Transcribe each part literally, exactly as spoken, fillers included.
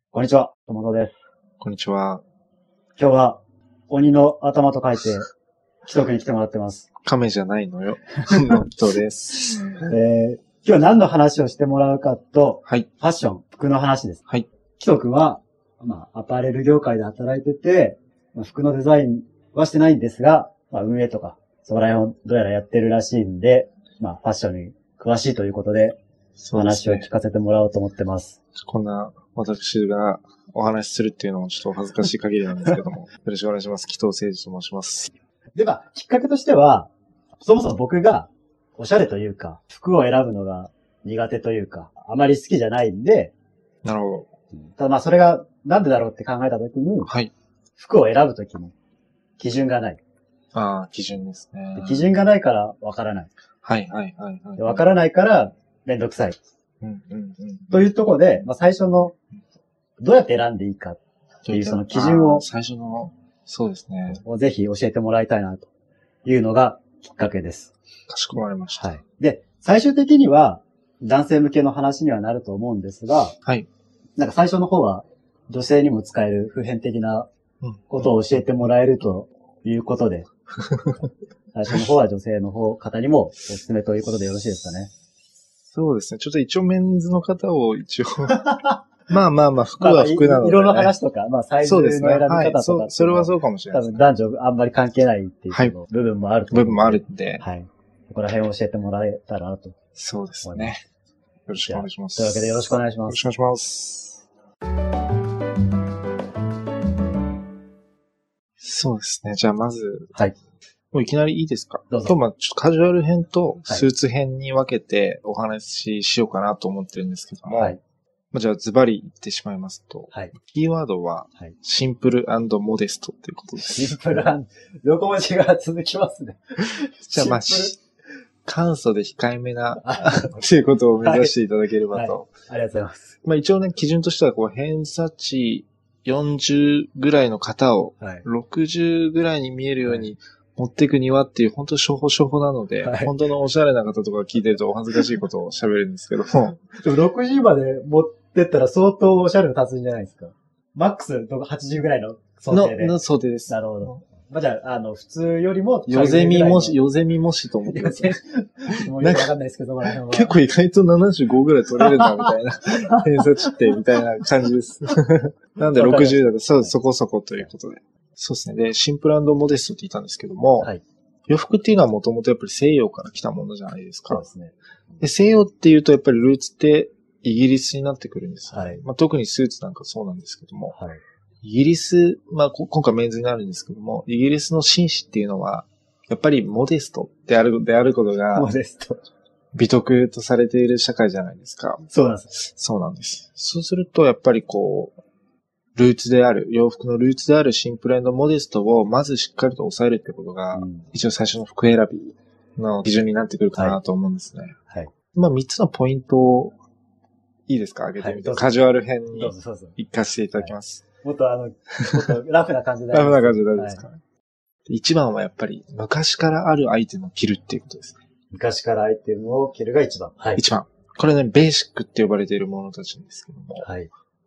こんにちは、友野です。 こんにちは。 今日は、鬼の頭と書いて、規則に来てもらってます。 亀じゃないのよ。ノットです。 えー、今日は何の話をしてもらうかと、 はい。 ファッション、服の話です。 はい。 規則は、まあ、アパレル業界で働いてて、まあ、服のデザインはしてないんですが、まあ、運営とか、そこら辺をどうやらやってるらしいんで、まあ、ファッションに詳しいということで、お話を聞かせてもらおうと思ってます。 こんな私がお話しするっていうのもちょっと恥ずかしい限りなんですけども、よろしくお願いします。紀藤誠二と申します。 で、まあ、きっかけとしては、そもそも僕がおしゃれというか、服を選ぶのが苦手というか、あまり好きじゃないんで、 なるほど。 ただまあそれがなんでだろうって考えたときに、 はい。 服を選ぶときの基準がない。 ああ、基準ですね。 基準がないからわからない。 はいはいはいはい。 わからないからめんどくさい。 うんうんうん。 というところで、まあ最初の、どうやって選んでいいかっていうその基準を、 最初の、そうですね。 ぜひ教えてもらいたいなというのがきっかけです。 かしこまりました。 はい。で、最終的には男性向けの話にはなると思うんですが、 はい。 なんか最初の方は女性にも使える普遍的なことを教えてもらえるということで、最初の方は女性の方、方にもおすすめということでよろしいですかね。 そうですね。ちょっと一応メンズの方を一応、まあまあまあ服は服なので、ね。 色の話とか、まあサイズの選び方とか、 はい、そ、それはそうかもしれないです、 ね。多分男女あんまり関係ないっていう、はい、部分もあると思う。 部分もあるんで。 はい。ここら辺を教えてもらえたらなと。 そうですね。よろしくお願いします。 というわけでよろしくお願いします。 よろしくお願いします。そうですね。じゃあまず、 はい。 もういきなりいいですか？ どうぞ。 と、まあ、ちょっとカジュアル編とスーツ編に分けてお話ししようかなと思ってるんですけども、はい。まあ、じゃあズバリ言ってしまいますと、はい。キーワードは、シンプル&モデストということです。 シンプル&横文字が続きますね。 じゃあまあ、簡素で控えめな、っていうことを目指していただければと。はいはい、 ありがとうございます。 まあ一応ね、基準としては、こう、偏差値よんじゅうぐらいの方を、ろくじゅうぐらいに見えるように持っていくにはっていう、本当初歩初歩なので、はい、本当のおしゃれな方とか聞いてるとお恥ずかしいことを喋るんですけども。 でもろくじゅうまで持ってったら相当おしゃれな達人じゃないですか。マックスはちじゅうぐらいの想定で。 の、の想定です。 なるほど。まあ、じゃあ、あの、普通よりも、 よぜみもし、よぜみもしと思ってます。 もうよくわかんないですけど、 結構意外とななじゅうごぐらい取れるんだ、みたいな。偏差値って、みたいな感じです。なんでろくじゅうだと、そう、そこそこということで。そうですね。で、シンプル&モデストって言ったんですけども、はい、洋服っていうのはもともとやっぱり西洋から来たものじゃないですか。 そうですね。 で、西洋っていうとやっぱりルーツってイギリスになってくるんですよ、ね。はい、まあ、特にスーツなんかそうなんですけども。はい、イギリス、まあ、今回メンズになるんですけども、イギリスの紳士っていうのは、やっぱりモデストである、であることが、 モデスト。 美徳とされている社会じゃないですか。 そうなんです。 そうなんです。そうすると、やっぱりこう、ルーツである、洋服のルーツであるシンプル&モデストをまずしっかりと抑えるってことが、うん、一応最初の服選びの基準になってくるかなと思うんですね。はい。はい、まあ、三つのポイントを、いいですか？挙げてみて。はい、カジュアル編に行かせていただきます。 もっとあの、もっとラフな感じで。 ラフな感じで大丈夫ですか、はい、一番はやっぱり昔からあるアイテムを着るっていうことですね。 昔からアイテムを着るが一番。 はい。一番。これね、ベーシックって呼ばれているものたちなんですけども。はい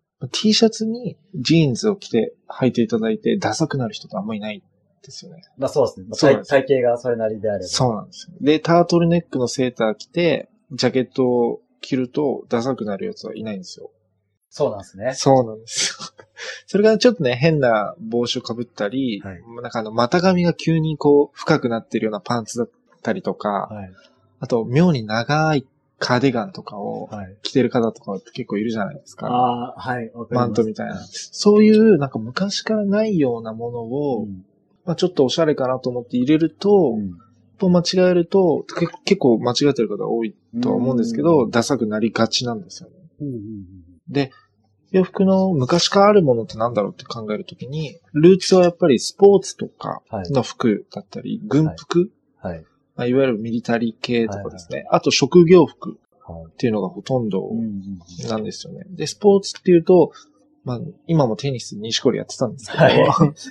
。T シャツにジーンズを着て履いていただいてダサくなる人ってあんまりいないですよね。 まあそうですね。まあ、そう体型がそれなりであれば。 そうなんですよ。で、タートルネックのセーター着て、ジャケットを着るとダサくなるやつはいないんですよ。 そうなんですね。 そうなんですよ。それがちょっとね、変な帽子をかぶったり、はい、なんかあの、股上が急にこう、深くなってるようなパンツだったりとか、はい、あと、妙に長いカーディガンとかを着てる方とかって結構いるじゃないですか。 ああ、はい。 マントみたいな。そういう、なんか昔からないようなものを、うん、まあちょっとおしゃれかなと思って入れると、うんと間違えると、結構間違ってる方多いとは思うんですけど、ダサくなりがちなんですよね。うんうんうん、で、洋服の昔からあるものってなんだろうって考えるときに、ルーツはやっぱりスポーツとかの服だったり、軍服、はいはいまあ、いわゆるミリタリー系とかですね、はいはい、あと職業服っていうのがほとんどなんですよね。で、スポーツっていうと、まあ、今もテニス西堀やってたんですけど、はい、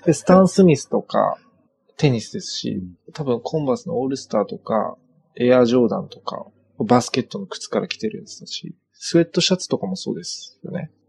でスタン・スミスとか、テニスですし、多分コンバースのオールスターとか、エアジョーダンとか、バスケットの靴から着てるやつだし、スウェットシャツとかもそうですよね。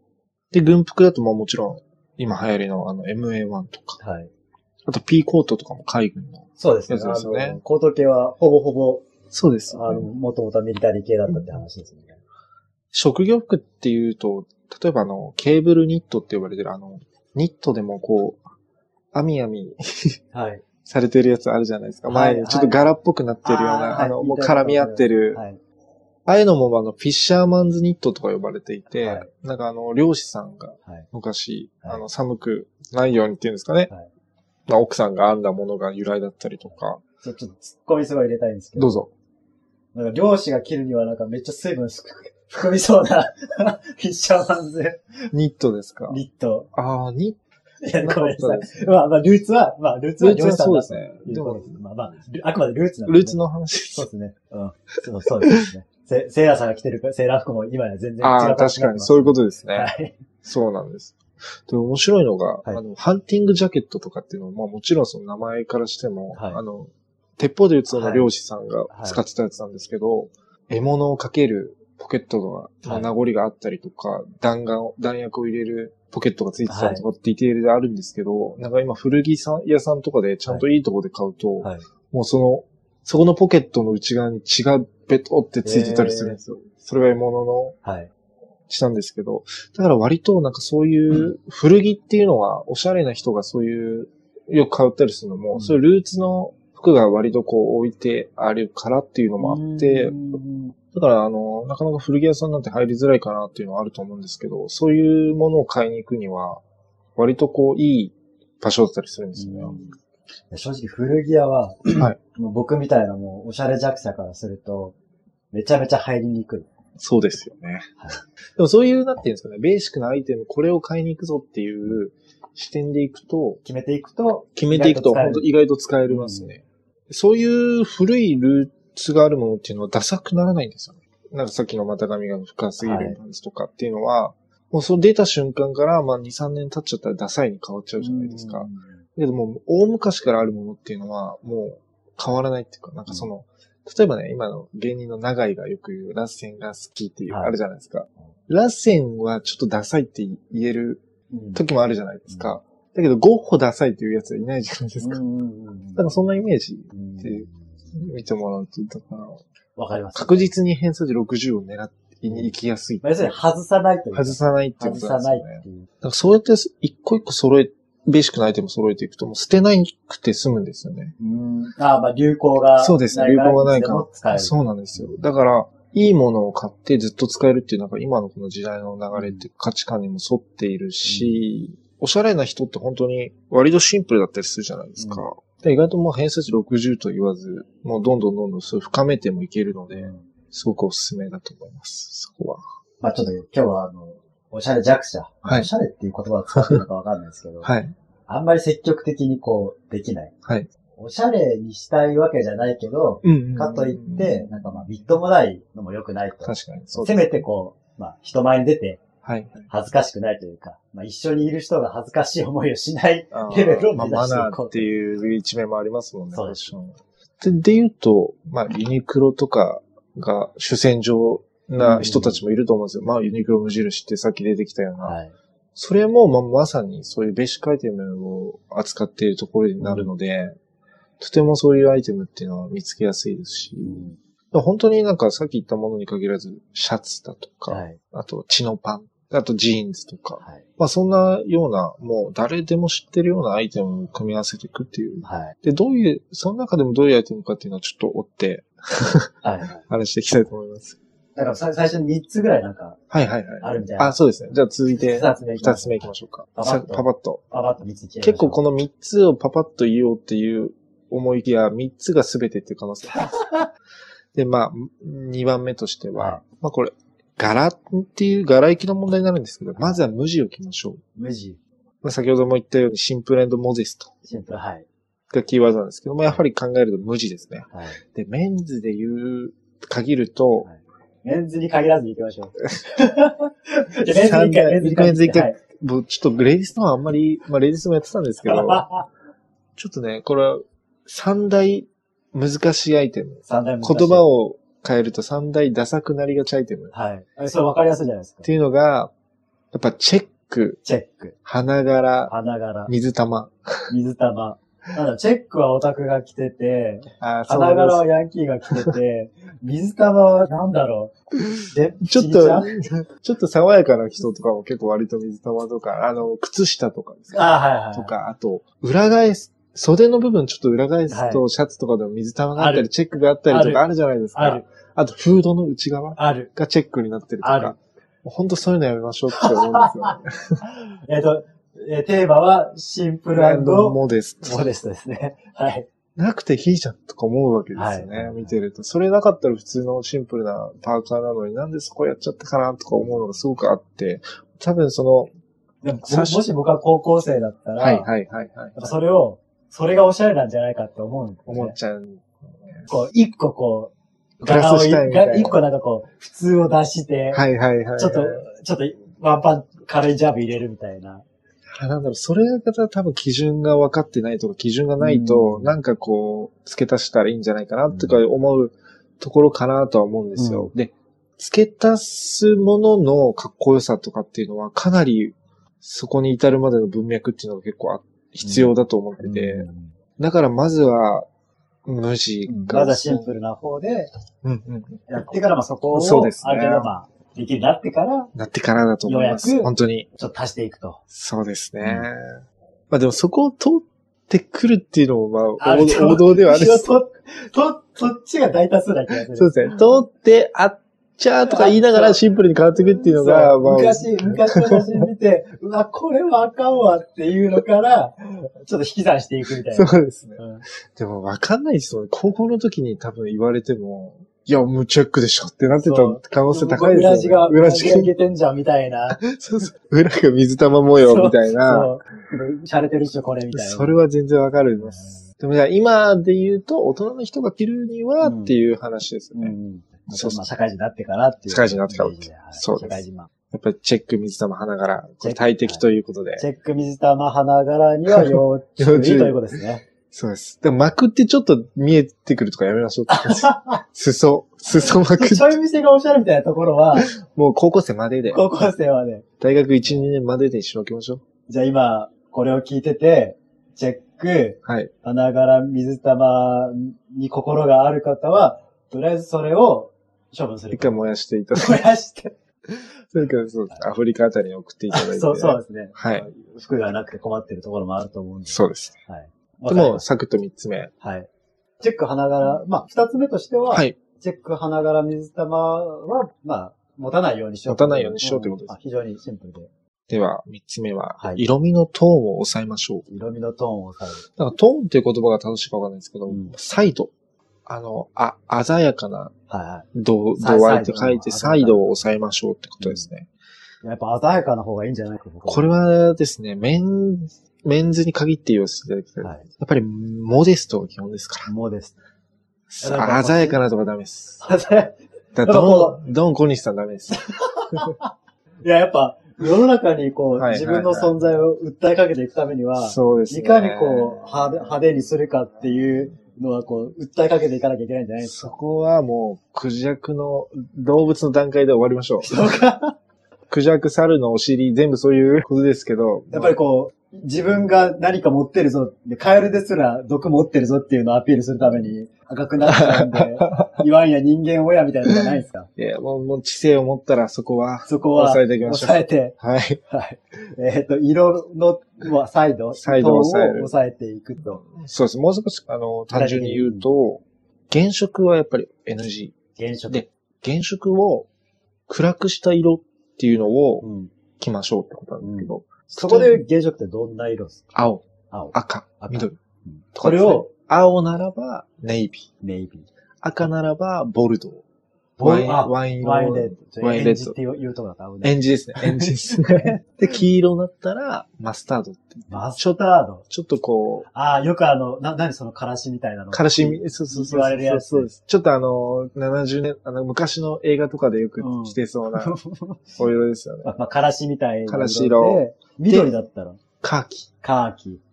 で、軍服だとももちろん、今流行りのあの エムエーワン とか。 はい。 あと P コートとかも海軍の。 そうですね。 やつですよね。 あの、コート系はほぼほぼ、 そうですよね。 あの、もともとはミリタリー系だったって話ですね。 職業服っていうと、例えばあの、ケーブルニットって呼ばれてるあの、ニットでもこう、網網はい。 されてるやつあるじゃないですか。 はい前にちょっと柄っぽくなってるような、あ,、 はいの、もう絡み合ってる。 はい。 ああいうのもあの、フィッシャーマンズニットとか呼ばれていて、 はい、 なんかあの、漁師さんが昔、 はい、 あの、寒くないようにっていうんですかね。はい、まあ、奥さんが編んだものが由来だったりとか。 ちょっと突っ込みすごい入れたいんですけど。 どうぞ。 なんか漁師が着るにはなんかめっちゃ水分含みそうなフィッシャーマンズ。 ニットですか？ ニット。 ああ、ニット。 いや、ごめんなさい。まあ、まあ、ルーツは、まあ、ルーツは漁師さんだそうですね。 でも、まあまあ、あくまでルーツなんです、ね。ルーツの話です。 そうですね。うん。そう、そうですね。セ、セーラーさんが着てるセーラー服も今や全然違う。 ああ、確かにそういうことですね。 はい。 そうなんです。で、面白いのが、はい、あの、ハンティングジャケットとかっていうのは、まあもちろんその名前からしても、はい、あの、鉄砲で撃つような漁師さんが使ってたやつなんですけど、はいはい、獲物をかけるポケットが、まあ、名残があったりとか、はい、弾丸を、弾薬を入れるポケットがついてたりとかディテールであるんですけど、はい、なんか今古着屋さんとかでちゃんといいところで買うと、はい、もうその、そこのポケットの内側に血がベトってついてたりするんですよ。それが獲物の血なんですけど、だから割となんかそういう古着っていうのは、おしゃれな人がそういう、よく買ったりするのも、うん、そういうルーツの服が割とこう置いてあるからっていうのもあって、だからあの、なかなか古着屋さんなんて入りづらいかなっていうのはあると思うんですけど、そういうものを買いに行くには、割とこういい場所だったりするんですよね。 うん、正直古着屋は、はい、もう僕みたいなもうおしゃれ弱者からすると、めちゃめちゃ入りにくい。 そうですよね。はい、でもそういう、なんていうんですかね、ベーシックなアイテム、これを買いに行くぞっていう視点でいくと、 決めていくと、 決めていくと、本当意外と使えますね、うん。そういう古いルーツがあるものっていうのはダサくならないんですよね。なんかさっきの股上が深すぎるパンツとかっていうのは、はい、もうその出た瞬間から、まあに、さんねん経っちゃったらダサいに変わっちゃうじゃないですか。だけども、大昔からあるものっていうのは、もう変わらないっていうか、なんかその、うん例えばね、今の芸人の永井がよく言うラッセンが好きっていう、あるじゃないですか。はい、ラッセンはちょっとダサいって言える時もあるじゃないですか。うん、だけどゴッホダサいっていうやつはいないじゃないですか。うん、だからそんなイメージで見てもらうと、だから、 わかります、ね。 確実に偏差値ろくじゅうを狙ってに行きやすい。 まあ、要するに外さないという。 外さないっていうことなんですよね。 外さないっていう。 だからそうやって一個一個揃えて、ベーシックなアイテムを揃えていくと、もう捨てなくて済むんですよね。 うんああ、まあ流行が。 そうですね、流行がないから。そうなんですよ。だから、いいものを買ってずっと使えるっていうのが今のこの時代の流れって価値観にも沿っているし、うん、おしゃれな人って本当に割とシンプルだったりするじゃないですか。うん、で意外ともう偏差値ろくじゅうと言わず、もうどんどんどんどんそう深めてもいけるので、うん、すごくおすすめだと思います。そこは。 まあちょっと今日はあの、おしゃれ弱者。はい。おしゃれっていう言葉を使ってるのかわかんないですけど。はい。あんまり積極的にこう、できない。はい。おしゃれにしたいわけじゃないけど、うんうんうんうん、かといって、なんかまあ、みっともないのも良くないと。 確かにそう。 せめてこう、まあ、人前に出て、はい。恥ずかしくないというか、まあ一緒にいる人が恥ずかしい思いをしないレベルを目指していこう。 まあ、マナーっていう一面もありますもんね。そうです。で、で言うと、まあ、ユニクロとかが主戦場な人たちもいると思うんですよ。うん、まあ、ユニクロ無印ってさっき出てきたような。はい。それも、まあ、まさにそういうベーシックアイテムを扱っているところになるので、うん、とてもそういうアイテムっていうのは見つけやすいですし、うん、本当になんかさっき言ったものに限らず、シャツだとか、はい、あとチノパン、あとジーンズとか、はい、まあそんなような、もう誰でも知ってるようなアイテムを組み合わせていくっていう。はい、で、どういう、その中でもどういうアイテムかっていうのはちょっと追ってはい、話していきたいと思います。 だから最初にみっつぐらいなんか、 はいはいはい。 あるみたいな。 あ、そうですね。じゃあ続いて、二つ目行きましょうか。パパッと。パパッと。 パパッとみっついきましょう。 結構このみっつをパパッと言おうっていう思いきや、みっつが全てっていう可能性があります。で、まあ、にばんめとしては、はい、まあこれ、柄っていう柄行きの問題になるんですけど、まずは無地を着ましょう。 無地。 まあ先ほども言ったようにシンプル&モゼスト。 シンプル、はい。 がキーワードなんですけども、やはり考えると無地ですね。はい。で、メンズで言う、限ると、はいメンズに限らず行きましょう。 メンズに一回、メンズに一回、メンズに一回、ちょっとレディストはあんまり、まあレディストもやってたんですけど、ちょっとね、これは三大難しいアイテム。三大難しい。言葉を変えると三大ダサくなりがちアイテム。 はい。それ分かりやすいじゃないですか。 っていうのが、やっぱチェック、 チェック、 花柄、 花柄、 水玉。 水玉。なんだ、チェックはオタクが着てて、 あ花柄はヤンキーが着てて、水玉はなんだろう。で、 ちょっちびちゃんと、ちょっと爽やかな人とかも結構割と水玉とか、あの、靴下とかですか、 あはいはい。 とか、あと、裏返す、袖の部分ちょっと裏返すと、シャツとかでも水玉があったり、 あるチェックがあったりとかあるじゃないですか。 ある。 あと、フードの内側ある。 がチェックになってるとあるか。ほんとそういうのやめましょうって思うんですよね。 えっと、えーテーマはシンプルブランドモモデスト。 デストですね。はい。 なくていいじゃんとか思うわけですよね、 はい見てると。それなかったら普通のシンプルなパーカーなのになんでそこやっちゃったかなとか思うのがすごくあって、多分その、 でもももし僕は高校生だったら、 はいはいはいはい。 それを、それがおしゃれなんじゃないかって思うんですよね。 思っちゃう。 こう、一個こう、 プラスしたいみたいなが一個なんかこう、普通を出して、 はいはいはいはい。 ちょっと、ちょっと、ワンパン軽いジャブ入れるみたいな。 あなんだろう、それが多分基準が分かってないとか、基準がないと、 うんなんかこう、付け足したらいいんじゃないかなとか思うところかなとは思うんですよ。 うんで、付け足すもののかっこよさとかっていうのは、かなりそこに至るまでの文脈っていうのが結構あ必要だと思ってて、 うんだからまずは、無地が。 まずはシンプルな方で、 うんうん。 やってからまあそこを、 そうですねある程度まあ、できるようになってから、 なってからだと思います。 ようやく本当に。 ちょっと足していくと。 そうですね。 うんまあでもそこを通ってくるっていうのもまあある王王道ではあるんです。 一応と、と、そっちが大多数な気がする。 そうですね。通ってあっちゃーとか言いながらシンプルに変わっていくっていうのが、 そうまあ、 昔、昔の写真見て、うわ、これはあかんわっていうのから、ちょっと引き算していくみたいな。 そうですね。 うんでもわかんないですよね。高校の時に多分言われても、いや、無チェックでしょってなってたそう可能性高いですよね。 裏地が、裏地がいが。 けてんじゃんみたいな。 そうそう。裏が水玉模様みたいな。 そう。洒落てるっしょ、これみたいな。 それは全然わかるんです。でもじゃあ今で言うと、大人の人が着るにはっていう話ですよね。 うん。 そうそうまあ、社会人になってからっていう。 社会人になってからってイメージではいそうです社会人マン。 やっぱりチェック水玉花柄、こチェックれ大敵ということで。 チェック水玉花柄には要注意ということですね。 そうです。でも幕ってちょっと見えてくるとかやめましょうって。裾、裾幕。 ちょい見せがおしゃれみたいなところは、 もう高校生までで。 高校生はね、 大学いち、にねんまでで一緒に置きましょう。 じゃあ今、これを聞いてて、チェック、 はい。 花柄水玉に心がある方は、とりあえずそれを処分する。 一回燃やしていただいて。 燃やして。 それからそうです。アフリカあたりに送っていただいて。 そう、そうですね。 はい。 服がなくて困ってるところもあると思うんで。 そうです。 はい。 でも、 わかりますサクッと三つ目。 はい。チェック花柄、まあ、二つ目としては、 はい。 チェック花柄水玉は、まあ、持たないようにしよう。 持たないようにしようということですんあ非常にシンプルで。 では、三つ目は、 はい色味のトーンを抑えましょう。 色味のトーンを抑える。 なんかトーンっていう言葉が正しいかわかんないですけど、 うんサイド。あの、あ、鮮やかなはいは度サイ度合いって書いて、 サイドサイドを抑えましょうってことですね。 い。やっぱ鮮やかな方がいいんじゃないか僕はこれはですね、メン、メンズに限って言わせていただきたい。 はい。 やっぱり、モデストが基本ですかもうです。 ら。 やっぱ鮮やかなとかダメです。 鮮やだっぱこドン、ドン小西さんダメです。 いや、やっぱ、世の中にこう、 はいはいはい自分の存在を訴えかけていくためには、 そうですね。 いかにこう派手、派手にするかっていうのはこう、訴えかけていかなきゃいけないんじゃないですそか。 こはもう、クジャクの動物の段階で終わりましょう。 そうか。 クジャク、猿のお尻、全部そういうことですけど。 やっぱりこう、自分が何か持ってるぞ、でカエルですら毒持ってるぞっていうのをアピールするために赤くなっちゃうんで、言わんや人間親みたいなのがないですか。 いや、もう、もう知性を持ったらそこは、 そこは、 抑えていきましょう抑えて、 はい。 はい。えっ、と、色の、まあ、サイド、 サイドを抑えるトーンを抑えていくと。 そうです。もう少し、あの、単純に言うと、原色はやっぱり エヌジ原色。 ー。で、原色を暗くした色っていうのをうん。 着ましょうってことなんですけど、 そこで原色ってどんな色ですか？ 青、 青。 赤、 赤緑。 うんとかですねこれを、 青ならばネイビー。 ネイビー。 赤ならばボルドー。 ボワイン、 あワイン色ワインレッド。 ワインレッドエンジっていういうとこだったら合うね。 エンジですね。エンジですね。で、黄色になったらマスタードって。 マスタード。 ちょっとこう、 ああ、よくあの、な、なにそのからしみたいなの。 からしみ、そうそうそう。 言われるやつそうです。ちょっとあの、ななじゅうねん、あの、昔の映画とかでよく着てそうなお色ですよね。 まあ、まあからしみたいな色で。 からし色緑だったら、 カーキ。 カーキ。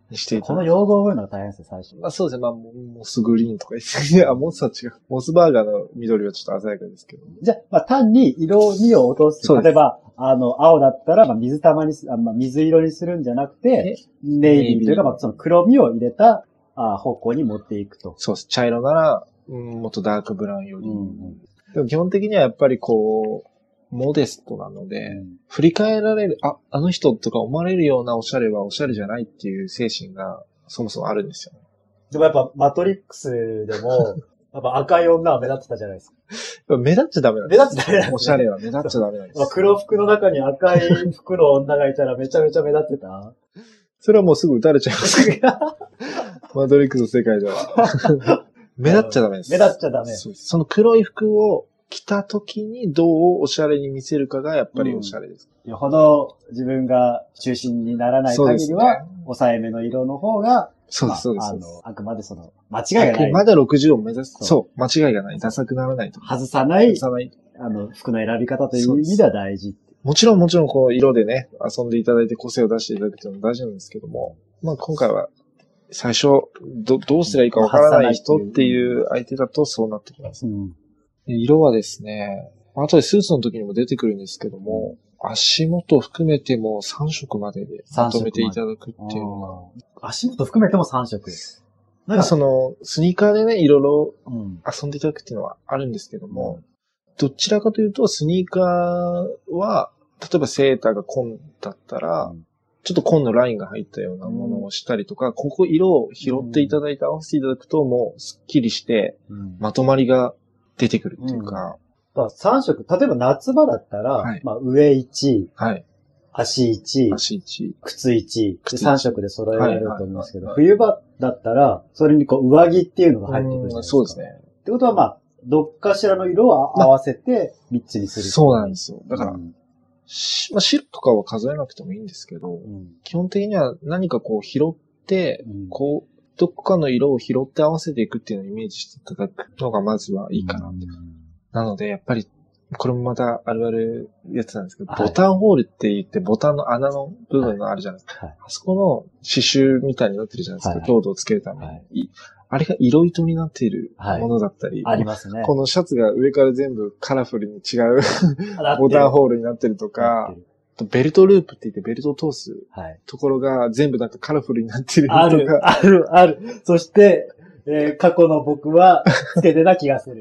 にしていたこの用語を覚えるのが大変ですよ、最初。 まあそうですね。まあ、モモスグリーンとか言って、いや、モスは違う。モスバーガーの緑はちょっと鮮やかですけど。 じゃあ、まあ単に色味を落とす。 そうです例えば、あの、青だったら、まあ水玉にす、あまあ水色にするんじゃなくて、ネイビーというか、まあその黒みを入れたあ方向に持っていくと。 そうです。茶色なら、うん、もっとダークブラウンより。 うんうん、 でも基本的にはやっぱりこう、モデストなので、うん、振り返られる、あ、あの人とか思われるようなおしゃれはおしゃれじゃないっていう精神がそもそもあるんですよね。 でもやっぱマトリックスでも、やっぱ赤い女は目立ってたじゃないですか。 目立っちゃダメなんです。 目立っちゃダメなんです、ね。 おしゃれは目立っちゃダメなんです。 黒服の中に赤い服の女がいたらめちゃめちゃ目立ってた。 それはもうすぐ撃たれちゃいますけど。マトリックスの世界では。目立っちゃダメです。 目立っちゃダメ。 そ, その黒い服を着た時にどうおしゃれに見せるかがやっぱりおしゃれです。 うん、よほど自分が中心にならない限りは、ね、抑えめの色の方が、 そうです、そうです。 あの、あくまでその、間違いがない。あくまでろくじゅうを目指す。そう、間違いがない。ダサくならないと。 外さない。 外さない。 あの、服の選び方という意味では大事。 もちろんもちろんこう色でね、遊んでいただいて個性を出していただくというのも大事なんですけども、まあ今回は最初、ど、どうすればいいかわからない人っていう相手だとそうなってきます。うん、色はですね、後でスーツの時にも出てくるんですけども、足元含めてもさん色まででまとめていただくっていうのが。 足元含めてもさん色。 なんかその、スニーカーでね、いろいろ遊んでいただくっていうのはあるんですけども、うん、どちらかというと、スニーカーは、例えばセーターが紺だったら、うん、ちょっと紺のラインが入ったようなものをしたりとか、うん、ここ色を拾っていただいて合わせていただくと、もうスッキリして、まとまりが出てくるっていうか、 さん色、例えば夏場だったら、はい、まあ上いち、 はい、 足いち、 足いち、 靴いち、でさん色で揃えられると思うんですけど、はいはいはいはい、冬場だったら、それにこう上着っていうのが入ってくるじゃないですか。 そうですね。 ってことはまあ、どっかしらの色を合わせてみっつにする、まあ。 そうなんですよ。だから、うん、まあ、白とかは数えなくてもいいんですけど、うん、基本的には何かこう拾って、うん、こう、どこかの色を拾って合わせていくっていうのをイメージしていただくのがまずはいいかなと。うん、なので、やっぱり、これもまたあるあるやつなんですけど、はい、ボタンホールって言ってボタンの穴の部分があるじゃないですか。はい、あそこの刺繍みたいになってるじゃないですか。はい、強度をつけるために。はい、あれが色糸になっているものだったり、 はい、ありますね。 このシャツが上から全部カラフルに違うボタンホールになってるとか、ベルトループって言ってベルトを通すところが全部なんかカラフルになってるとか。 ある、ある、ある。そして、えー、過去の僕はつけてた気がする。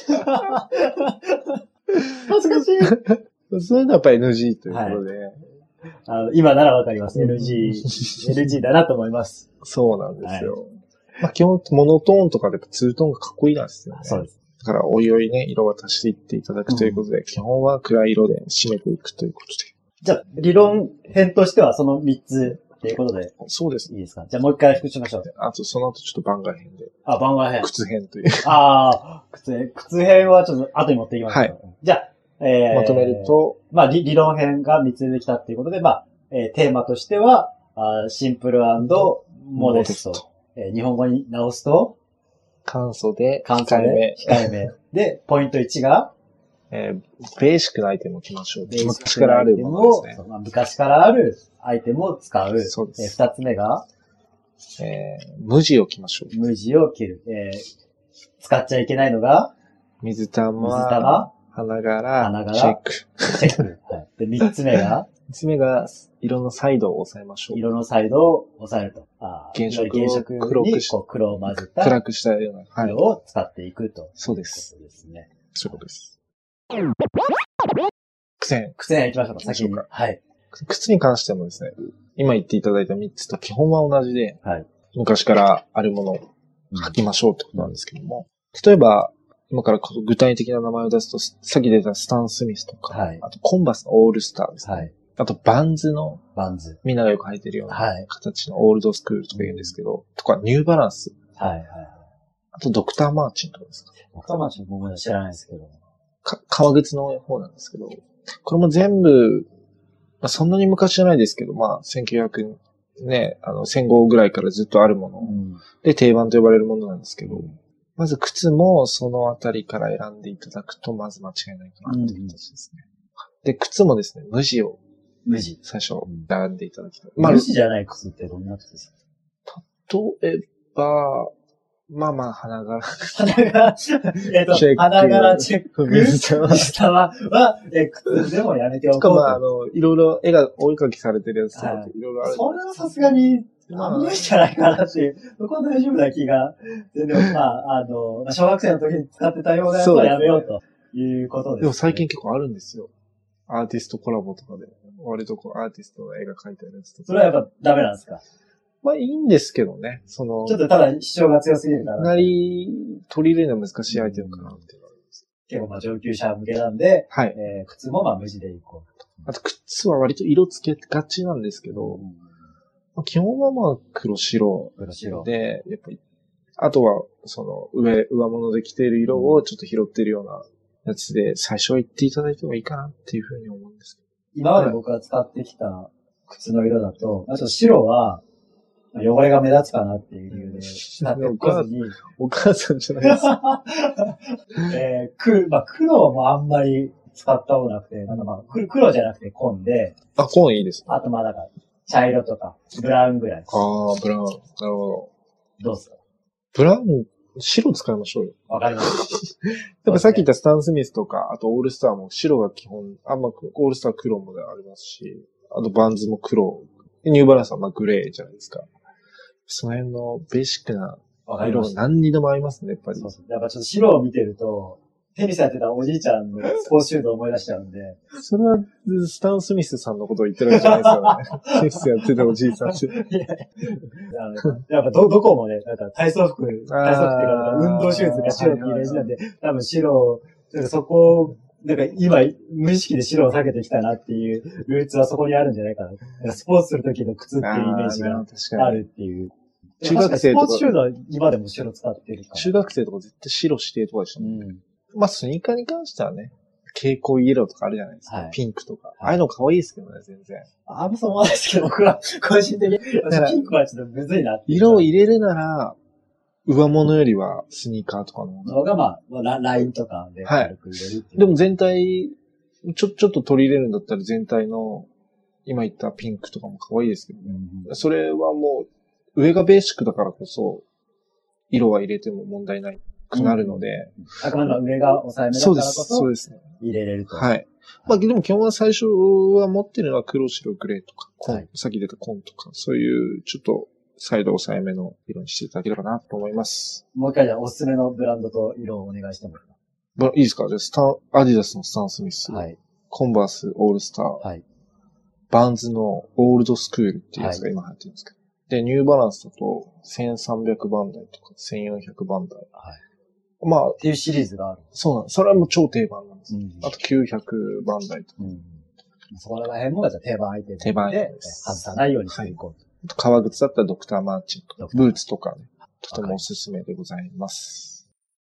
恥ずかしい。 そういうのはやっぱり エヌジー ということで。はい、 あの今ならわかります。エヌジー、エヌジー だなと思います。 そうなんですよ。はい、まあ基本、モノトーンとかでツートーンがかっこいいなんですよね。 そうです。 だから、おいおいね、色を足していっていただくということで、うん、基本は暗い色で締めていくということで。 じゃあ、理論編としてはそのみっつっていうことで。 そうです。 いいですか？じゃあもう一回復習しましょう。 あと、その後ちょっと番外編で。 あ、番外編。 靴編という。 ああ、靴編。靴編はちょっと後に持っていきます。はい。じゃあ、えー、 まとめると、 まあ理、理論編がみっつ出てきたっていうことで、まあ、えー、テーマとしては、あシンプル&モデスト。えー、日本語に直すと、 簡素で、 控えめ。控えめ。で、ポイントいちが、 えー、ベーシックなアイテムを着ましょう。昔からあるものですね。 まあ、昔からあるアイテムを使う。 そうです。 えー、二つ目が、 えー、無地を着ましょう。 無地を着る。えー、使っちゃいけないのが、 水玉。 水玉。 花柄。 花柄。 チェック。 チェック。はい。で、三つ目が、 三つ目が、色のサイドを押さえましょう。 色のサイドを押さえると。 あ原色を黒くし、こう黒を混ぜた。 暗くしたような。 色を使っていくと。 そうです。 そうですね。 そういうことです。靴編。 靴編行きましょうか、先に。はい。 靴に関してもですね、今言っていただいたみっつと基本は同じで、 はい、 昔からあるものを履きましょうってことなんですけども、うん、例えば、今から具体的な名前を出すと、さっき出たスタン・スミスとか、はい、あとコンバスのオールスターですね。はい、あとバンズの、 バンズ。 みんながよく履いてるような形のオールドスクールとか言うんですけど、はい、とかニューバランス。 はいはい。 あとドクター・マーチンとかですか。 ドクター・マーチン僕も知らないですけど。 か、革靴の方なんですけど、これも全部、まあ、そんなに昔じゃないですけど、まあ、せんきゅうひゃくね、あの、戦後ぐらいからずっとあるもの、うん、で定番と呼ばれるものなんですけど、うん、まず靴もそのあたりから選んでいただくと、まず間違いないかなという形ですね。うん、で、靴もですね、無地を、 無地。 最初、選んでいただきたい。 まあ、無地じゃない靴ってどんな靴ですか？ 例えば、まあまあ、花柄。 花柄、えっと、花柄チェック、水玉は、え、靴でもやめておこうと。 とか、まあ、あの、いろいろ絵がお絵描きされてるやつとか、いろいろある。 それはさすがに、まあ、無理じゃないかなっていう、そこは大丈夫な気が。でも、まあ、あの、小学生の時に使ってたようなやつはやめようということです、ね。 でも最近結構あるんですよ。アーティストコラボとかで。割とこう、アーティストの絵が描いてあるやつとか。 それはやっぱダメなんですか？ まあいいんですけどね。その、 ちょっとただ主張が強すぎるから。 なり、取り入れるのは難しいアイテムかなっていうのがあります。 結構まあ上級者向けなんで、 はい。 えー、靴もまあ無地でいこう。 あと靴は割と色つけがちなんですけど、うんまあ、基本はまあ黒白。 黒白。 で、やっぱり、あとはその上、上物で着ている色をちょっと拾っているようなやつで、最初は言っていただいてもいいかなっていうふうに思うんですけど。 今まで僕が使ってきた靴の色だと、あと白は、汚れが目立つかなっていう理由で、使ってこずに。 お母さんじゃないですか。 えー、く、まあ、黒もあんまり使ったことなくて、なんかまあ、黒じゃなくて紺で。 あ、紺いいですね。 あとまあ、なんか、茶色とか、ブラウンぐらい。 ああ、ブラウン。なるほど。 どうすか？ ブラウン、白使いましょうよ。 わかります。 やっぱさっき言ったスタン・スミスとか、あとオールスターも白が基本、あんま、オールスター黒もありますし、あとバンズも黒。ニューバランスはまあグレーじゃないですか。その辺のベーシックな色が何にでも合いますね、やっぱり。 そうそう。やっぱちょっと白を見てると、テニスやってたおじいちゃんのスポーツシューズを思い出しちゃうんで。 それは、スタン・スミスさんのことを言ってるわけじゃないですよね。テニスやってたおじいさんって。 やっぱど、どこもね、なんか体操服、体操服っていうか、運動シューズが白ってイメージなんで、多分白、そこを、なんか今、無意識で白を避けてきたなっていうルーツはそこにあるんじゃないかな。スポーツするときの靴っていうイメージがあるっていう。 中学生とか。 スポーツシューズは今でも白使ってるから。 中学生とか絶対白指定とかでしたもんね。うん、まあスニーカーに関してはね、蛍光イエローとかあるじゃないですか。はい、ピンクとか。はい、ああいうの可愛いですけどね、全然。 あんまそう思わないですけど、僕は個人的に。ピンクはちょっとむずいなって。 色を入れるなら、上物よりはスニーカーとかの方が。がまあ、ラインとかで軽く入れるっていう。 はい。でも全体、ちょ、ちょっと取り入れるんだったら全体の、今言ったピンクとかも可愛いですけどね。うん、それはもう、上がベーシックだからこそ、色は入れても問題ないくなるので。 うん、あくまで上が抑えめだからこそ、 そうです。 入れれると。 はい。まあでも基本は最初は持ってるのは黒白グレーとか、紺、はい、さっき出た紺とか、そういうちょっとサイド抑えめの色にしていただければなと思います。 もう一回じゃあおすすめのブランドと色をお願いしてもいいかいいですか？じゃあスタン、アディダスのスタン・スミス。 はい。 コンバースオールスター。 はい。 バンズのオールドスクールっていうやつが今流行ってるんですけど。はい、で、ニューバランスだとせんさんびゃくばん台とかせんよんひゃくばん台。 はい。 まあ。 っていうシリーズがある。 そうなんです。それはもう超定番なんです。うん、あときゅうひゃくばん台とか。うん、 そこら辺もじゃ定番アイテムで。 定番アイテムです。 外さないようにしていこう。はい、 あと革靴だったらドクターマーチンとか、ブーツとかね。とてもおすすめでございます。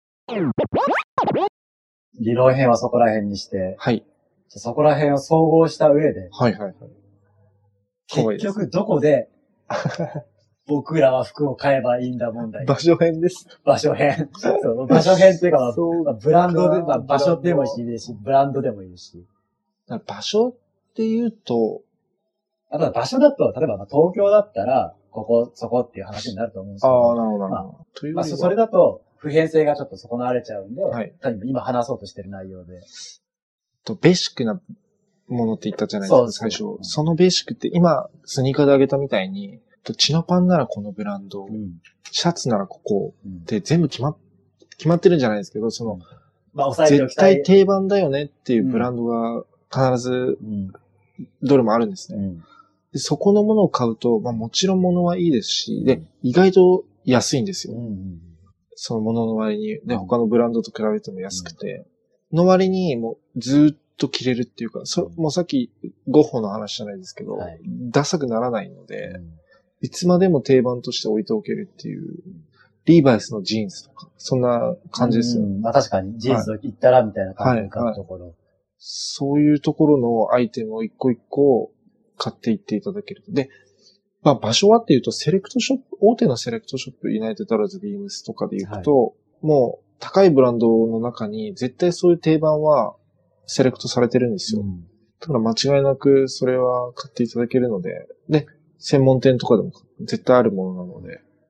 理論編はそこら辺にして。 はい。 そこら辺を総合した上で。 はいはいはい。 結局どこで僕らは服を買えばいいんだ問題。 場所編です。 場所編。そう場所編っていうか、まあ、ブランドで、まあ、場所でもいいですし、ブランドでもいいし。 場所っていうと、 あとは場所だと、例えば東京だったら、ここ、そこっていう話になると思うんですけど。 ああ、なるほど、なるほど。 というまあ、それだと、普遍性がちょっと損なわれちゃうんで、はい、今話そうとしてる内容で。 と、ベーシックなものって言ったじゃないですか、最初。そのベーシックって今、スニーカーであげたみたいに、チノパンならこのブランド、うん、シャツならここって全部決まっ、決まってるんじゃないですけど、その、まあ、絶対定番だよねっていうブランドが必ず、どれもあるんですね。うん、でそこのものを買うと、まあもちろん物はいいですし、で、意外と安いんですよ。うんうん、その物の割に、で、他のブランドと比べても安くて、うん、の割にもうずっと着れるっていうか、そもうさっきゴッホの話じゃないですけど、はい、ダサくならないので、うんいつまでも定番として置いておけるっていう、リーバイスのジーンズとか、そんな感じですよ。 まあ確かに、ジーンズを言ったらみたいな感じのところ、はいはい。 そういうところのアイテムを一個一個買っていっていただける。で、まあ場所はっていうと、セレクトショップ、大手のセレクトショップ、ユナイテッドアラズ、ビームスとかで行くと、はい、もう高いブランドの中に絶対そういう定番はセレクトされてるんですよ。うん、だから間違いなくそれは買っていただけるので、で、専門店とかでも絶対あるものなので、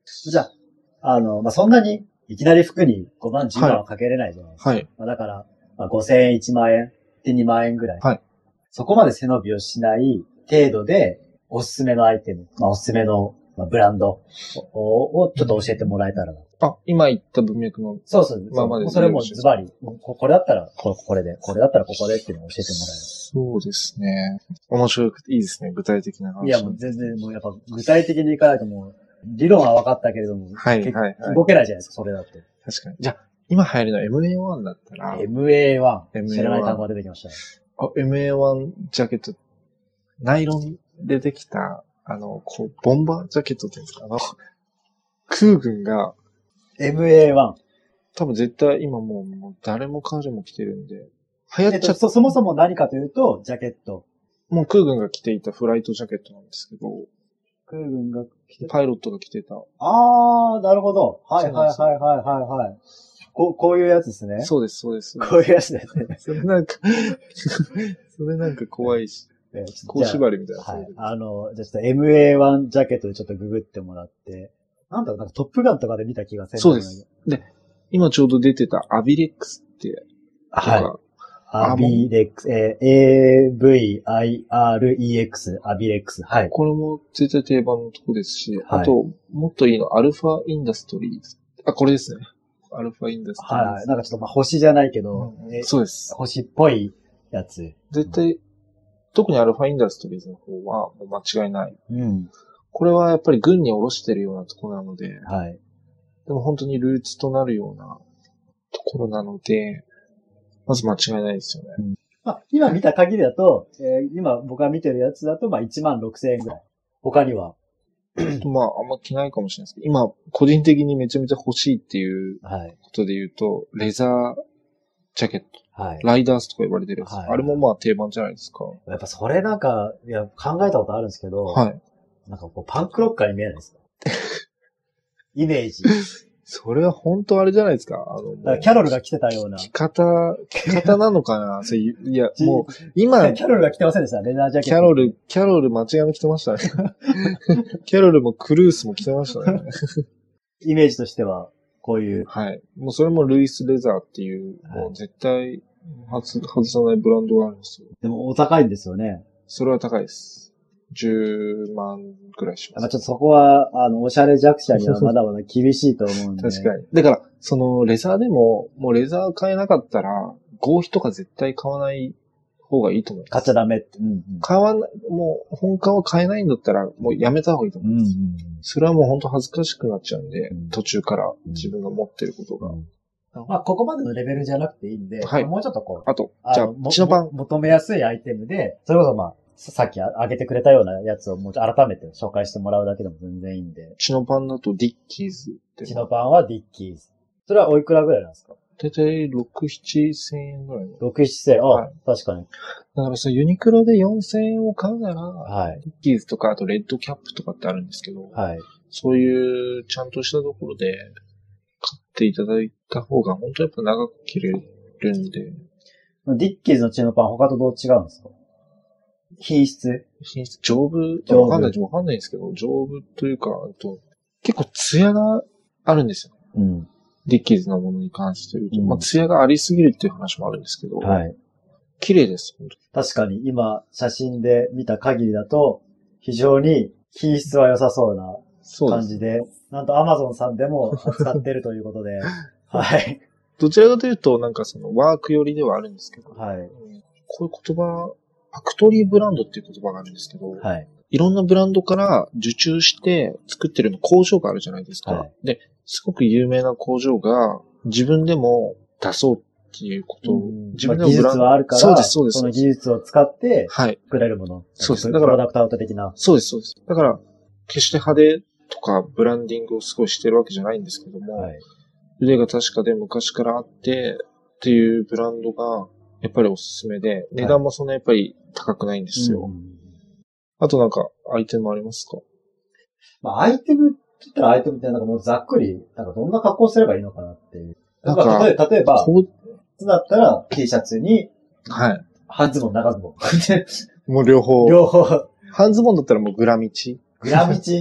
じゃあ、あの、まあ、そんなに、いきなり服にごまん、じゅうまんはかけれないじゃないですか。 はい。 まあ、だから、まあ、ごせんえん、いちまん円でにまん円ぐらい。 はい。 そこまで背伸びをしない程度で、おすすめのアイテム、まあ、おすすめの、まあ、ブランドををちょっと教えてもらえたらな。 あ、今言った文脈の。 そうそう。 まあまあそれもズバリ、ここれだったらここれで、これだったらここでっていうのを教えてもらえる。 そうですね。面白くていいですね、具体的な話。 いやもう全然もうやっぱ具体的にいかないともう、理論は分かったけれども、 はいはいはい。 動けないじゃないですか、それだって。 確かに。じゃあ、今流行りの エムエーワン だったら。 エムエーワン。知らない単語が出てきましたね。 あ、エムエーワン ジャケット。ナイロンでできた、あの、こう、ボンバージャケットっていうんですか、あの、空軍が、 エムエーワン。 多分絶対今もう、もう誰も彼も着てるんで。流行っちゃった、 えっとそ。そもそも何かというと、ジャケット。 もう空軍が着ていたフライトジャケットなんですけど。 空軍が着てパイロットが着てた。 あー、なるほど。はいはいはいはいはいはい。こう、こういうやつですね。 そうです、そうです。 こういうやつですね。 それなんか、それなんか怖いし。こう縛りみたいな。 はい。あの、じゃあちょっと エムエーワン ジャケットでちょっとググってもらって。なんだろう、なんかトップガンとかで見た気がする。 そうです。で、今ちょうど出てたアビレックスって。 はい。アビレックス、えー、エーブイアイアールイーエックス、アビレックス。はい。 これも絶対定番のとこですし、はい、あと、もっといいの、アルファインダストリーズ。あ、これですね。アルファインダストリーズ。 はい。なんかちょっとまあ星じゃないけど、 うん、そうです。 星っぽいやつ。 絶対、特にアルファインダストリーズの方はもう間違いない。 うん。 これはやっぱり軍に下ろしてるようなところなので、 はい。 でも本当にルーツとなるようなところなので、まず間違いないですよね。 うんまあ、今見た限りだと、えー、今僕が見てるやつだと、まあいちまんろくせんえんぐらい。他には。 まあ、あんま着ないかもしれないですけど、今、個人的にめちゃめちゃ欲しいっていうことで言うと、はい、レザージャケット。はい。ライダースとか呼ばれてるやつ。はい、あれもまあ定番じゃないですか。 やっぱそれなんか、いや、考えたことあるんですけど、 はい。 なんかこう、パンクロッカーに見えないですかイメージ。 それは本当あれじゃないですか。あの、 だからキャロルが着てたような。 着方、着方なのかなそういう、いや、もう、今。 キャロルが着てませんでしたレザージャケット。 キャロル、キャロル間違いなく着てましたね。キャロルもクルースも着てましたね。 イメージとしては、こういう。 はい。もうそれもルイス・レザーっていう、はい、もう絶対外、外さないブランドがあるんですよ。 でもお高いんですよね。 それは高いです。じゅうまんくらいします。 まあちょっとそこは、あの、おしゃれ弱者にはまだまだ厳しいと思うんで。 確かに。だから、その、レザーでも、もうレザー買えなかったら、合皮とか絶対買わない方がいいと思います。 買っちゃダメって。うんうん、 買わない、もう、本価は買えないんだったら、もうやめた方がいいと思います。うんうん、それはもう本当恥ずかしくなっちゃうんで、うん、途中から自分が持ってることが。うんまあ、ここまでのレベルじゃなくていいんで、はい、もうちょっとこう。 あと、じゃあ、チノパン。 求めやすいアイテムで、それこそまあ、さっき挙げてくれたようなやつをもう改めて紹介してもらうだけでも全然いいんで。 チノパンだとディッキーズって。 チノパンはディッキーズ。それはおいくらぐらいなんですか？ だいたいろく、ななせんえんぐらいの。 ろく、ななせんえん。あ、はい、確かに。 だからさ、ユニクロでよんせんえんを買うなら、 はい。 ディッキーズとか、あとレッドキャップとかってあるんですけど、 はい。 そういうちゃんとしたところで買っていただいた方が本当やっぱ長く着れるんで。 ディッキーズのチノパン他とどう違うんですか？品質品質、丈夫わかんない、わかんないんですけど、丈夫というか、あと、結構艶があるんですよ。 うん。 ディッキーズのものに関して言うと、うん、まあ、艶がありすぎるっていう話もあるんですけど、 はい。 綺麗です、本当確かに、今、写真で見た限りだと、非常に品質は良さそうな感じで、でなんと Amazon さんでも扱ってるということで、はい。 どちらかというと、なんかそのワーク寄りではあるんですけど、 はい。 うん、こういう言葉、ファクトリーブランドっていう言葉があるんですけど、 はい。 いろんなブランドから受注して作ってるの工場があるじゃないですか。はい、で、すごく有名な工場が自分でも出そうっていうことを、 自分でもブランド、まあ、技術はあるから、 そうです、そうです。 その技術を使って作れるもの。 はい、そうです。 だから、プロダクトアウト的な。 そうです、そうです。だから、決して派手とかブランディングをすごいしてるわけじゃないんですけども、はい、腕が確かで昔からあってっていうブランドがやっぱりおすすめで、値段もそんなやっぱり高くないんですよ。はい、うん、あとなんかアイテムありますか？ まあアイテムって言ったらアイテムってなんかもうざっくり、なんかどんな格好すればいいのかなっていう。なんか例えば、例えば、だったら T シャツに、 はい。 半ズボン、長ズボン。 もう両方。 両方。 半ズボンだったらもうグラミチ。 グラミチ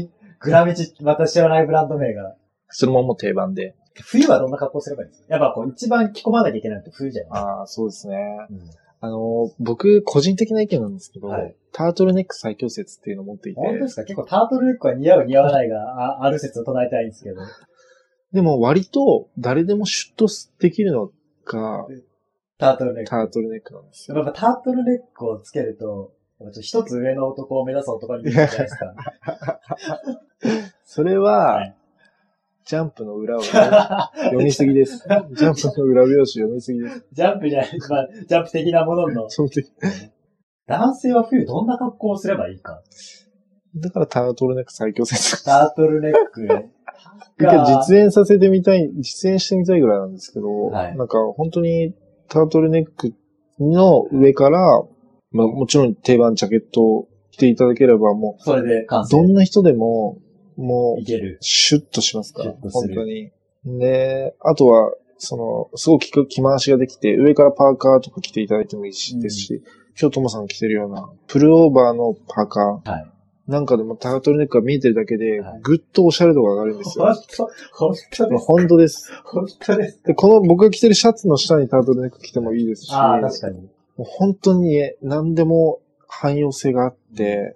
グラミチ、また知らないブランド名が。 それももう定番で。 冬はどんな格好すればいいんですか？やっぱこう一番着込まなきゃいけないのって冬じゃないですか。 ああ、そうですね。 うん、 あの、僕、個人的な意見なんですけど、 はい、 タートルネック最強説っていうのを持っていて。 本当ですか？結構タートルネックは似合う似合わないが あ, ある説を唱えたいんですけど。 でも割と誰でもシュッとできるのが、 タートルネック。 タートルネックなんですよ。 やっぱタートルネックをつけると、ちょっと一つ上の男を目指す男に見えるじゃないですか。 それは、はい、ジャンプの裏を読みすぎです。ジャンプの裏表紙読みすぎです。 ジャンプじゃない、まあ、ジャンプ的なものの。男性は冬どんな格好をすればいいか。 だからタートルネック最強説。 タートルネック。 一回実演させてみたい、実演してみたいぐらいなんですけど、はい、なんか本当にタートルネックの上から、まあもちろん定番ジャケットを着ていただければもう、 それで完成。 どんな人でも、もう、 いける。 シュッとしますから、本当に。で、あとは、その、すごく着回しができて、上からパーカーとか着ていただいてもいいし、うん、ですし、今日トモさん着てるような、プルオーバーのパーカー。はい。なんかでもタートルネックが見えてるだけで、ぐっとおしゃれ度が上がるんですよ。 本当、本当です。 本当です。 本当です。 で、この僕が着てるシャツの下にタートルネック着てもいいですし。 ああ、確かに。 もう本当に何でも汎用性があって、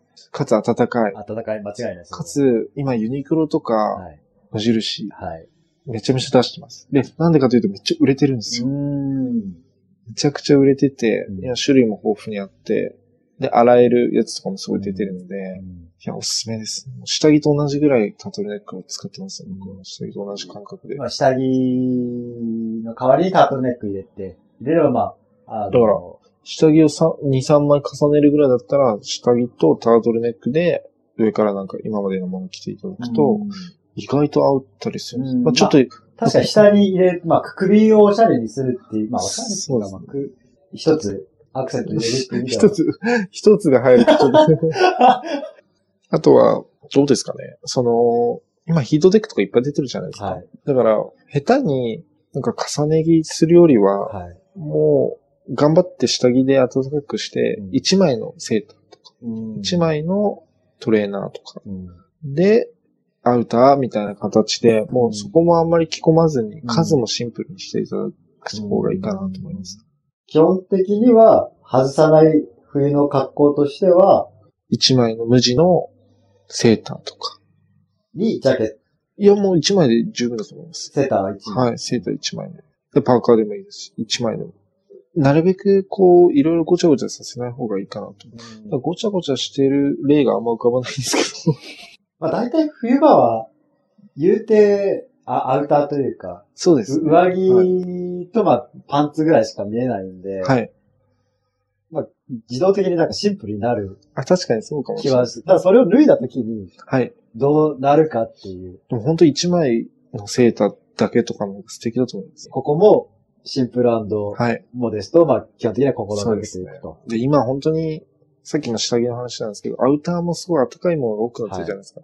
かつ暖かい。 暖かい、間違いないです。 かつ、今ユニクロとか、無印、はい、めちゃめちゃ出してます。で、なんでかというとめっちゃ売れてるんですよ。うーんめちゃくちゃ売れてて、うん、いや種類も豊富にあって、で、洗えるやつとかもすごい出てるので、うん、いや、おすすめです。下着と同じぐらいタートルネックを使ってますね。僕は下着と同じ感覚で。 まあ、下着の代わりにタートルネック入れて、入れればまあ、あだから、下着をに、さんまい重ねるぐらいだったら、下着とタートルネックで、上からなんか今までのものを着ていただくと、意外と合ったりするんです。まあちょっと、まあ、確かに下に入れ、まあ首をおしゃれにするっていう、まあおしゃれっていうか、まあ、一つアクセント入れるっていう意味では。 一つ、一つが入るとちょっと。あとは、どうですかね。その、今ヒートテックとかいっぱい出てるじゃないですか。はい、だから、下手になんか重ね着するよりは、はい、もう、頑張って下着で暖かくして、いちまいのセーターとか、いちまいのトレーナーとか、うん、で、アウターみたいな形で、もうそこもあんまり着込まずに、数もシンプルにしていただく方がいいかなと思います。 基本的には、外さない冬の格好としては、 いちまいの無地のセーターとか。 に、ジャケット。 いや、もういちまいで十分だと思います。 セーターはいちまい。 はい、セーターいちまいで。で、パーカーでもいいですし、いちまいでも。なるべく、こう、いろいろごちゃごちゃさせない方がいいかなと。うん、ごちゃごちゃしてる例があんま浮かばないんですけど。 まあ大体冬場は、言うて、あ、アウターというか、 そうです、ね。 上着と、まあ、パンツぐらいしか見えないんで、 はい。 まあ、自動的になんかシンプルになる。 あ、確かにそうかもしれない。 ただそれを脱いだ時に、 はい。 どうなるかっていう。 でも本当いちまいのセーターだけとかも素敵だと思います。 ここも、シンプル&モデスト、はい、まあ、基本的には心がけていくと。 で、ね、で、今本当に、さっきの下着の話なんですけど、アウターもすごい暖かいものが多くなってるじゃないですか。はい、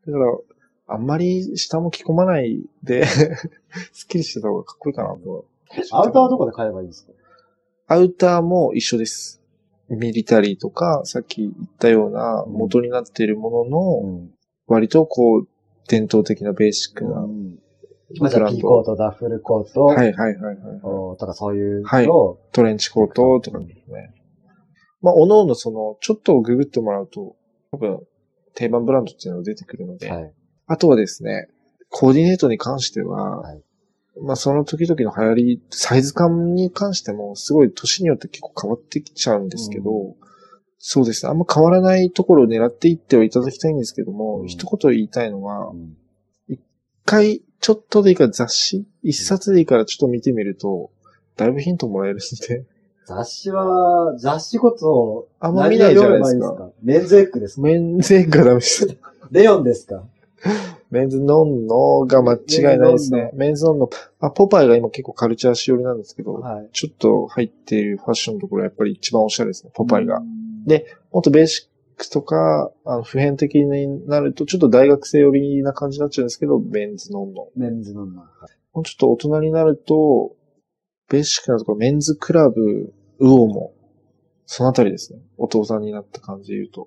だから、あんまり下も着込まないで、スッキリしてた方がかっこいいかなと。 アウターはどこで買えばいいですか？ アウターも一緒です。ミリタリーとか、さっき言ったような元になっているものの、うん、割とこう、伝統的なベーシックな、うん、 まあ、じゃあピーコート、ダッフルコート。 はいはいはいはい、はい。 とかそういうの、 はい。トレンチコートとかですね。まあ、おのおのその、ちょっとググってもらうと、多分、定番ブランドっていうのが出てくるので、はい、あとはですね、コーディネートに関しては、はい、まあその時々の流行り、サイズ感に関してもすごい年によって結構変わってきちゃうんですけど、うん、そうですね、あんま変わらないところを狙っていってはいただきたいんですけども、うん、一言言いたいのは、うん、一回ちょっとでいいから雑誌、一冊でいいからちょっと見てみると、だいぶヒントもらえるんで。 雑誌は、雑誌こそ、 あんま見ないじゃないですか。 メンズエッグですか？ メンズエッグはダメです。 レオンですか？ メンズノンノが間違いないですね。メンズノンノ。あ、ポパイが今結構カルチャー仕様なんですけど、はい、ちょっと入っているファッションのところはやっぱり一番おしゃれですね、ポパイが。で、もっとベーシックとか、あの普遍的になると、ちょっと大学生寄りな感じになっちゃうんですけど、メンズノンノ。 メンズノンノ。 もうちょっと大人になると、ベーシックなところ、メンズクラブ、ウオモ。そのあたりですね。お父さんになった感じで言うと。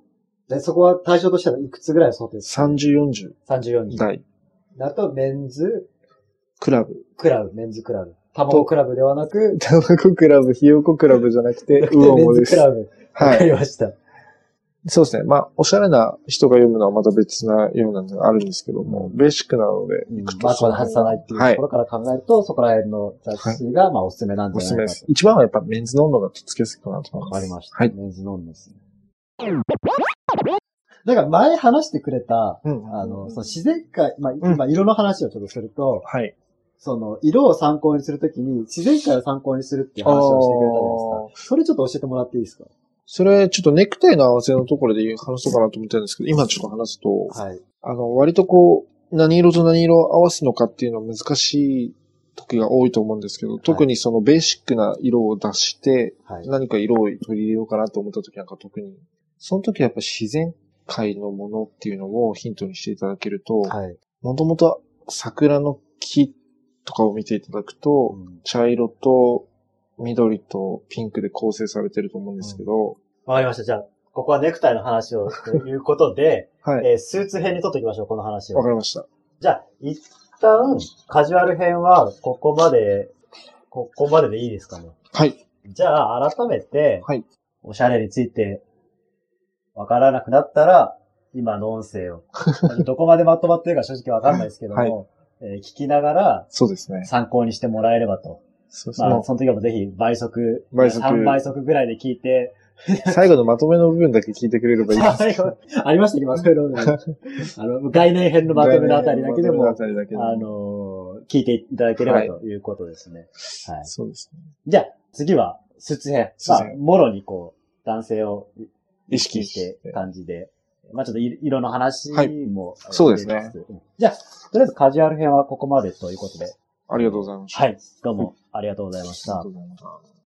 で、そこは対象としてはいくつぐらい想定ですか？ さんじゅう、よんじゅうさんじゅう、よんじゅう。 代。 あと、メンズ、 クラブ。 クラブ、メンズクラブ。卵クラブではなく、 卵クラブ、ひよこクラブじゃなくて、ウオモです。 メンズクラブ。わかりました。 そうですね。まあ、おしゃれな人が読むのはまた別なようなのがあるんですけども、ベーシックなので、 うん、まあ、これ外さないっていうところから考えると、はい、そこら辺の雑誌が、まあ、おすすめなんじゃないかと。おすすめです。 一番はやっぱメンズノンノがとっつきやすいかなと思います。 わかりました。 はい。 メンズノンノですね。だから前話してくれた、うん、あの、その自然界、まあ、今、うん、色の話をちょっとすると、はい。その、色を参考にするときに、自然界を参考にするっていう話をしてくれたじゃないですか。それちょっと教えてもらっていいですか？ それ、ちょっとネクタイの合わせのところで話そうかなと思ってるんですけど、今ちょっと話すと、はい。あの、割とこう、何色と何色を合わすのかっていうのは難しい時が多いと思うんですけど、はい、特にそのベーシックな色を出して、はい、何か色を取り入れようかなと思った時なんか特に、その時はやっぱ自然界のものっていうのをヒントにしていただけると、はい。もともと桜の木とかを見ていただくと、うん、茶色と緑とピンクで構成されてると思うんですけど。わ、 うん、かりました。じゃあ、ここはネクタイの話をということで、はい。えー、スーツ編にとっておきましょう、この話を。 わかりました。 じゃあ、一旦、カジュアル編は、ここまで、ここまででいいですかね。 はい。 じゃあ、改めて、はい。おしゃれについて、わからなくなったら、今の音声を、どこまでまとまってるか正直わかんないですけども、はい。えー、聞きながら、 そうですね。 参考にしてもらえればと。そうですね。まあ、その時はもぜひ倍速、倍速。さんばい速ぐらいで聞いて、 最後のまとめの部分だけ聞いてくれればいいです。最後、 ありましたっけ、まとめの部分。あの、概念編のまとめのあたりだけでも、あの、聞いていただければということですね。はい。はい、そうですね。じゃあ、次は、スーツ編。まあ、もろにこう、男性を意識して感じで。まあちょっと色の話も、はい、 そうですね。 じゃあ、とりあえずカジュアル編はここまでということで。 ありがとうございました。 はい。どうもありがとうございました。ありがとうございました。